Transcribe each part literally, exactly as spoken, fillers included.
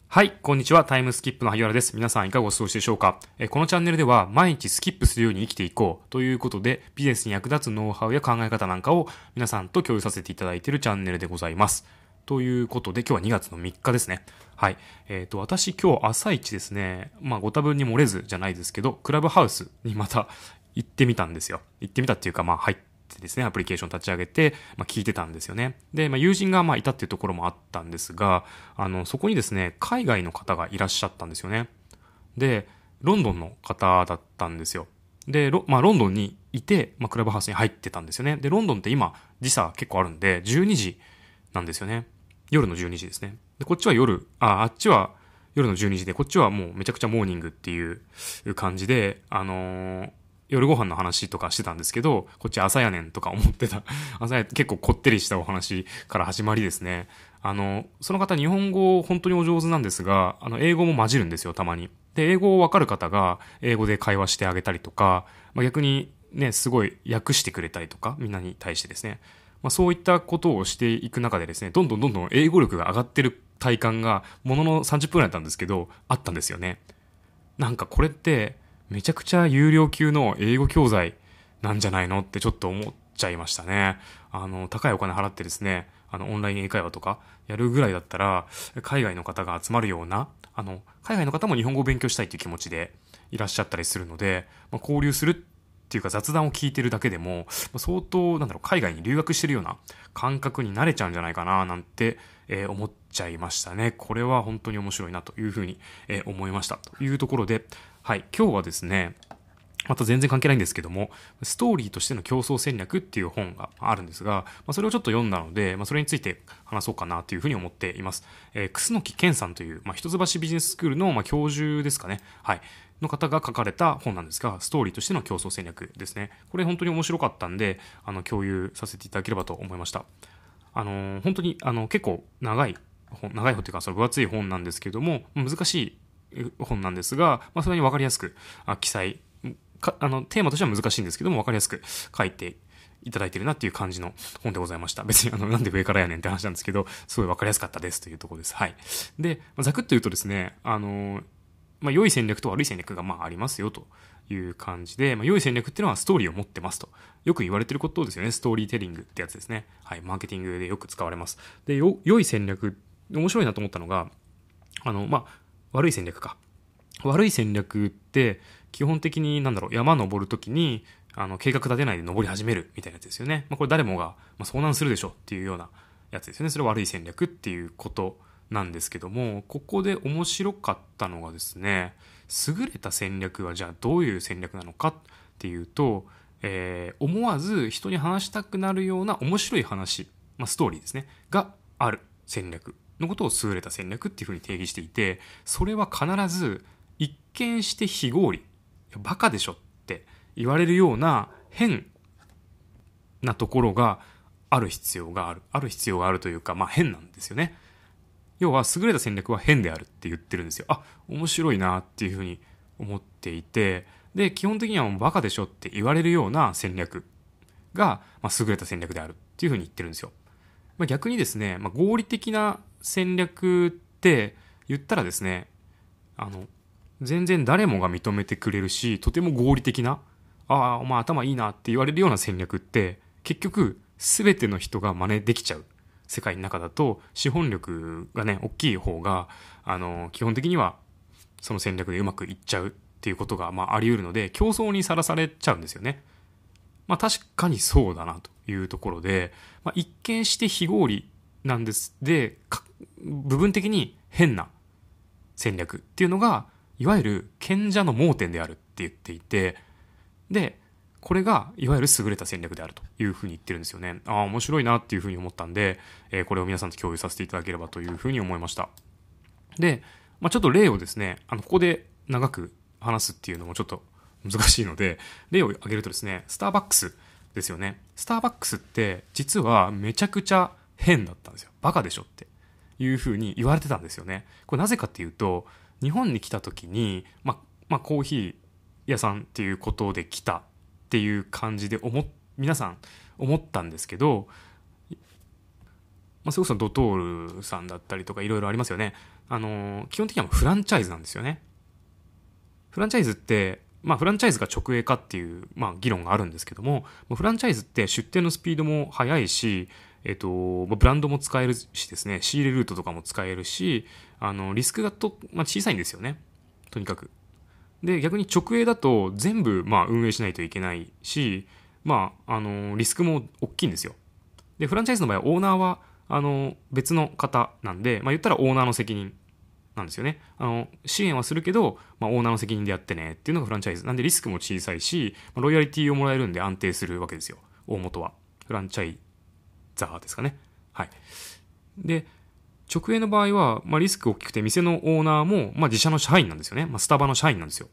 はい、こんにちは。タイムスキップの萩原です。皆さんいかがお過ごしでしょうか。えこのチャンネルでは毎日スキップするように生きていこうということで、ビジネスに役立つノウハウや考え方なんかを皆さんと共有させていただいているチャンネルでございます。ということで、今日はにがつのみっかですね。はい。えっと、私今日朝一ですね、まあご多分に漏れずじゃないですけど、クラブハウスにまた行ってみたんですよ。行ってみたっていうか、まあ入ってですね、アプリケーション立ち上げて、まあ、聞いてたんですよね。で、まあ、友人がまあいたっていうところもあったんですが、あの、そこにですね、海外の方がいらっしゃったんですよね。で、ロンドンの方だったんですよ。で、ロ,、まあ、ロンドンにいて、まあ、クラブハウスに入ってたんですよね。で、ロンドンって今、時差結構あるんで、じゅうにじなんですよね。夜のじゅうにじですね。で、こっちは夜、あ、あっちは夜のじゅうにじで、こっちはもうめちゃくちゃモーニングっていう感じで、あのー夜ご飯の話とかしてたんですけど、こっち朝やねんとか思ってた。朝や、結構こってりしたお話から始まりですね。あの、その方日本語本当にお上手なんですが、あの、英語も混じるんですよ、たまに。で、英語をわかる方が英語で会話してあげたりとか、まあ、逆にね、すごい訳してくれたりとか、みんなに対してですね。まあ、そういったことをしていく中でですね、どんどんどんどん英語力が上がってる体感が、もののさんじゅっぷんぐらいだったんですけど、あったんですよね。なんかこれって、めちゃくちゃ有料級の英語教材なんじゃないのってちょっと思っちゃいましたね。あの、高いお金払ってですね、あの、オンライン英会話とかやるぐらいだったら、海外の方が集まるような、あの、海外の方も日本語を勉強したいという気持ちでいらっしゃったりするので、まあ、交流するっていうか雑談を聞いてるだけでも、相当、なんだろう、海外に留学してるような感覚になれちゃうんじゃないかな、なんて、えー、思っちゃいましたね。これは本当に面白いなというふうに、えー、思いました。というところで、はい、今日はですね、また全然関係ないんですけども、ストーリーとしての競争戦略っていう本があるんですが、まあ、それをちょっと読んだので、まあ、それについて話そうかなというふうに思っています。えー、楠木健さんという、まあ、一橋ビジネススクールの、まあ、教授ですかね。はい。の方が書かれた本なんですが、ストーリーとしての競争戦略ですね。これ本当に面白かったんで、あの、共有させていただければと思いました。あのー、本当に、あの、結構長い本、長い本というか、その分厚い本なんですけども、難しい本なんですが、まあ、それに分かりやすく記載か、あの、テーマとしては難しいんですけども、分かりやすく書いていただいているなっていう感じの本でございました。別にあの、なんで上からやねんって話なんですけど、すごい分かりやすかったですというところです。はい。で、ざくっと言うとですね、あの、まあ、良い戦略と悪い戦略がまあありますよという感じで、まあ、良い戦略っていうのはストーリーを持ってますと。よく言われてることですよね。ストーリーテリングってやつですね。はい。マーケティングでよく使われます。で、よ良い戦略、面白いなと思ったのが、あの、まあ、悪い戦略か。悪い戦略って基本的になんだろう、山登るときにあの計画立てないで登り始めるみたいなやつですよね。まあ、これ誰もが、まあ、遭難するでしょっていうようなやつですよね。それは悪い戦略っていうことなんですけども、ここで面白かったのがですね、優れた戦略はじゃあどういう戦略なのかっていうと、えー、思わず人に話したくなるような面白い話、まあ、ストーリーですね、がある戦略のことを優れた戦略っていうふうに定義していて、それは必ず一見して非合理、バカでしょって言われるような変なところがある必要がある。ある必要があるというか、まあ変なんですよね。要は優れた戦略は変であるって言ってるんですよ。あ、面白いなっていうふうに思っていて、で、基本的にはもうバカでしょって言われるような戦略が、まあ、優れた戦略であるっていうふうに言ってるんですよ。まあ、逆にですね、まあ、合理的な戦略って言ったらですね、あの、全然誰もが認めてくれるし、とても合理的な、ああ、お前頭いいなって言われるような戦略って、結局、すべての人が真似できちゃう世界の中だと、資本力がね、大きい方が、あの、基本的には、その戦略でうまくいっちゃうっていうことが、まあ、あり得るので、競争にさらされちゃうんですよね。まあ、確かにそうだなというところで、まあ、一見して非合理なんです。で、部分的に変な戦略っていうのが、いわゆる賢者の盲点であるって言っていて、で、これがいわゆる優れた戦略であるというふうに言ってるんですよね。ああ、面白いなっていうふうに思ったんで、えー、これを皆さんと共有させていただければというふうに思いました。で、まあ、ちょっと例をですね、あの、ここで長く話すっていうのもちょっと難しいので、例を挙げるとですね、スターバックスですよね。スターバックスって実はめちゃくちゃ変だったんですよ。バカでしょっていうふうに言われてたんですよね。これなぜかっていうと、日本に来た時に、まあ、まあ、コーヒー屋さんっていうことで来たっていう感じで思っ、皆さん思ったんですけど、まあ、それこそドトールさんだったりとかいろいろありますよね。あの、基本的にはフランチャイズなんですよね。フランチャイズって、まあフランチャイズが直営かっていう、まあ議論があるんですけども、フランチャイズって出店のスピードも速いし、えっと、ブランドも使えるしですね、仕入れルートとかも使えるし、あの、リスクがと、まあ、小さいんですよね。とにかく。で、逆に直営だと全部、まあ運営しないといけないし、まあ、あの、リスクも大きいんですよ。で、フランチャイズの場合はオーナーは、あの、別の方なんで、まあ言ったらオーナーの責任なんですよね。あの、支援はするけど、まあオーナーの責任でやってねっていうのがフランチャイズ。なんでリスクも小さいし、ロイヤリティをもらえるんで安定するわけですよ。大元は。フランチャイザーですかね。はい。で、直営の場合は、まあリスク大きくて店のオーナーも、まあ自社の社員なんですよね。まあスタバの社員なんですよ。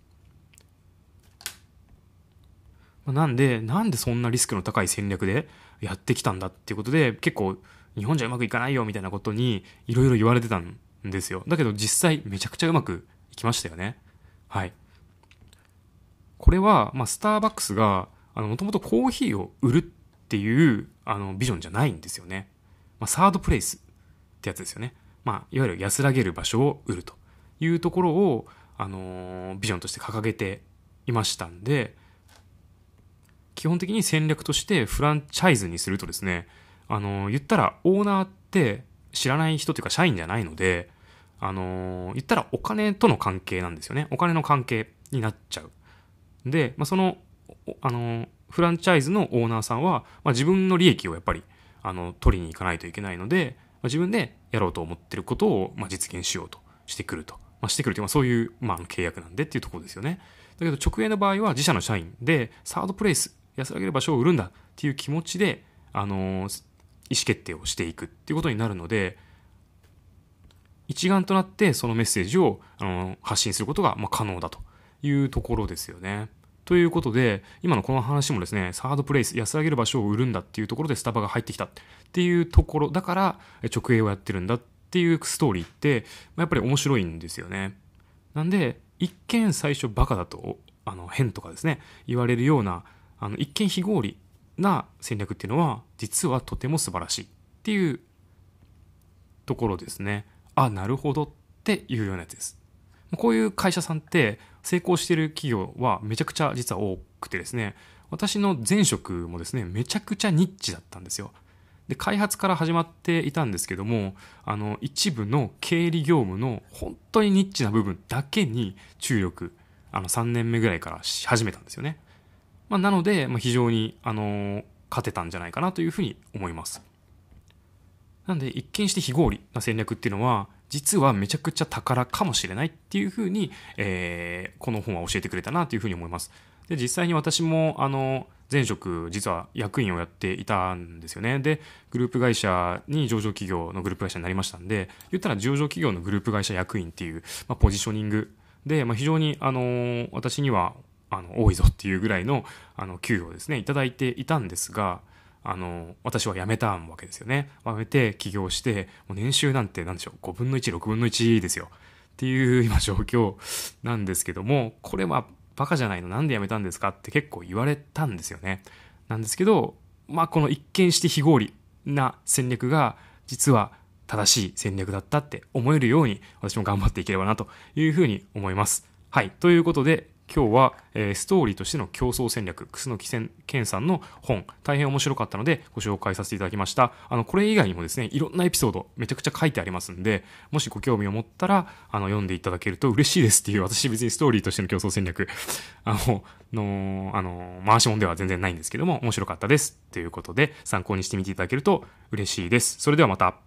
なんで、なんでそんなリスクの高い戦略でやってきたんだっていうことで、結構日本じゃうまくいかないよみたいなことにいろいろ言われてたんですよ。だけど実際めちゃくちゃうまくいきましたよね。はい。これは、まあ、スターバックスが、あの、もともとコーヒーを売るっていう、あの、ビジョンじゃないんですよね。まあ、サードプレイスってやつですよね。まあ、いわゆる安らげる場所を売るというところを、あのービジョンとして掲げていましたんで、基本的に戦略としてフランチャイズにするとですね、あのー言ったらオーナーって知らない人というか社員じゃないので、あのー言ったらお金との関係なんですよね。お金の関係になっちゃう。で、まあ、その、あの、フランチャイズのオーナーさんは、まあ、自分の利益をやっぱり、あの、取りに行かないといけないので、まあ、自分でやろうと思ってることを、まあ、実現しようとしてくると。まあ、してくるという、まあ、そういう、まあ、契約なんでっていうところですよね。だけど、直営の場合は自社の社員で、サードプレイス、安らげる場所を売るんだっていう気持ちで、あの、意思決定をしていくっていうことになるので、一丸となってそのメッセージを、あの、発信することが、まあ、可能だというところですよね。ということで、今のこの話もですね、サードプレイス、安らげる場所を売るんだっていうところでスタバが入ってきたっていうところ、だから直営をやってるんだっていうストーリーって、やっぱり面白いんですよね。なんで、一見最初バカだと、あの、変とかですね、言われるような、あの、一見非合理な戦略っていうのは、実はとても素晴らしいっていうところですね。あ、なるほどっていうようなやつです。こういう会社さんって成功している企業はめちゃくちゃ実は多くてですね、私の前職もですね、めちゃくちゃニッチだったんですよ。で、開発から始まっていたんですけども、あの、一部の経理業務の本当にニッチな部分だけに注力、あの、さんねんめぐらいからし始めたんですよね。まあ、なので、まあ、非常に、あの、勝てたんじゃないかなというふうに思います。なんで、一見して非合理な戦略っていうのは、実はめちゃくちゃ宝かもしれないっていうふうに、えー、この本は教えてくれたなというふうに思います。で、実際に私も、あの、前職、実は役員をやっていたんですよね。で、グループ会社に上場企業のグループ会社になりましたんで、言ったら上場企業のグループ会社役員っていう、まあ、ポジショニングで、まあ、非常に、あの、私には、あの、多いぞっていうぐらいの、あの、給与をですね、いただいていたんですが、あの、私は辞めたわけですよね。辞めて起業して、もう年収なんて何でしょう、ごぶんのいち、ろくぶんのいちですよ。っていう今状況なんですけども、これはバカじゃないの、なんで辞めたんですかって結構言われたんですよね。なんですけど、まあこの一見して非合理な戦略が実は正しい戦略だったって思えるように私も頑張っていければなというふうに思います。はい。ということで、今日は、えー、ストーリーとしての競争戦略、楠木健さんの本、大変面白かったのでご紹介させていただきました。あの、これ以外にもですね、いろんなエピソードめちゃくちゃ書いてありますんで、もしご興味を持ったら、あの、読んでいただけると嬉しいですっていう、私別にストーリーとしての競争戦略、あの、の、あの、回し物では全然ないんですけども、面白かったです。ということで、参考にしてみていただけると嬉しいです。それではまた。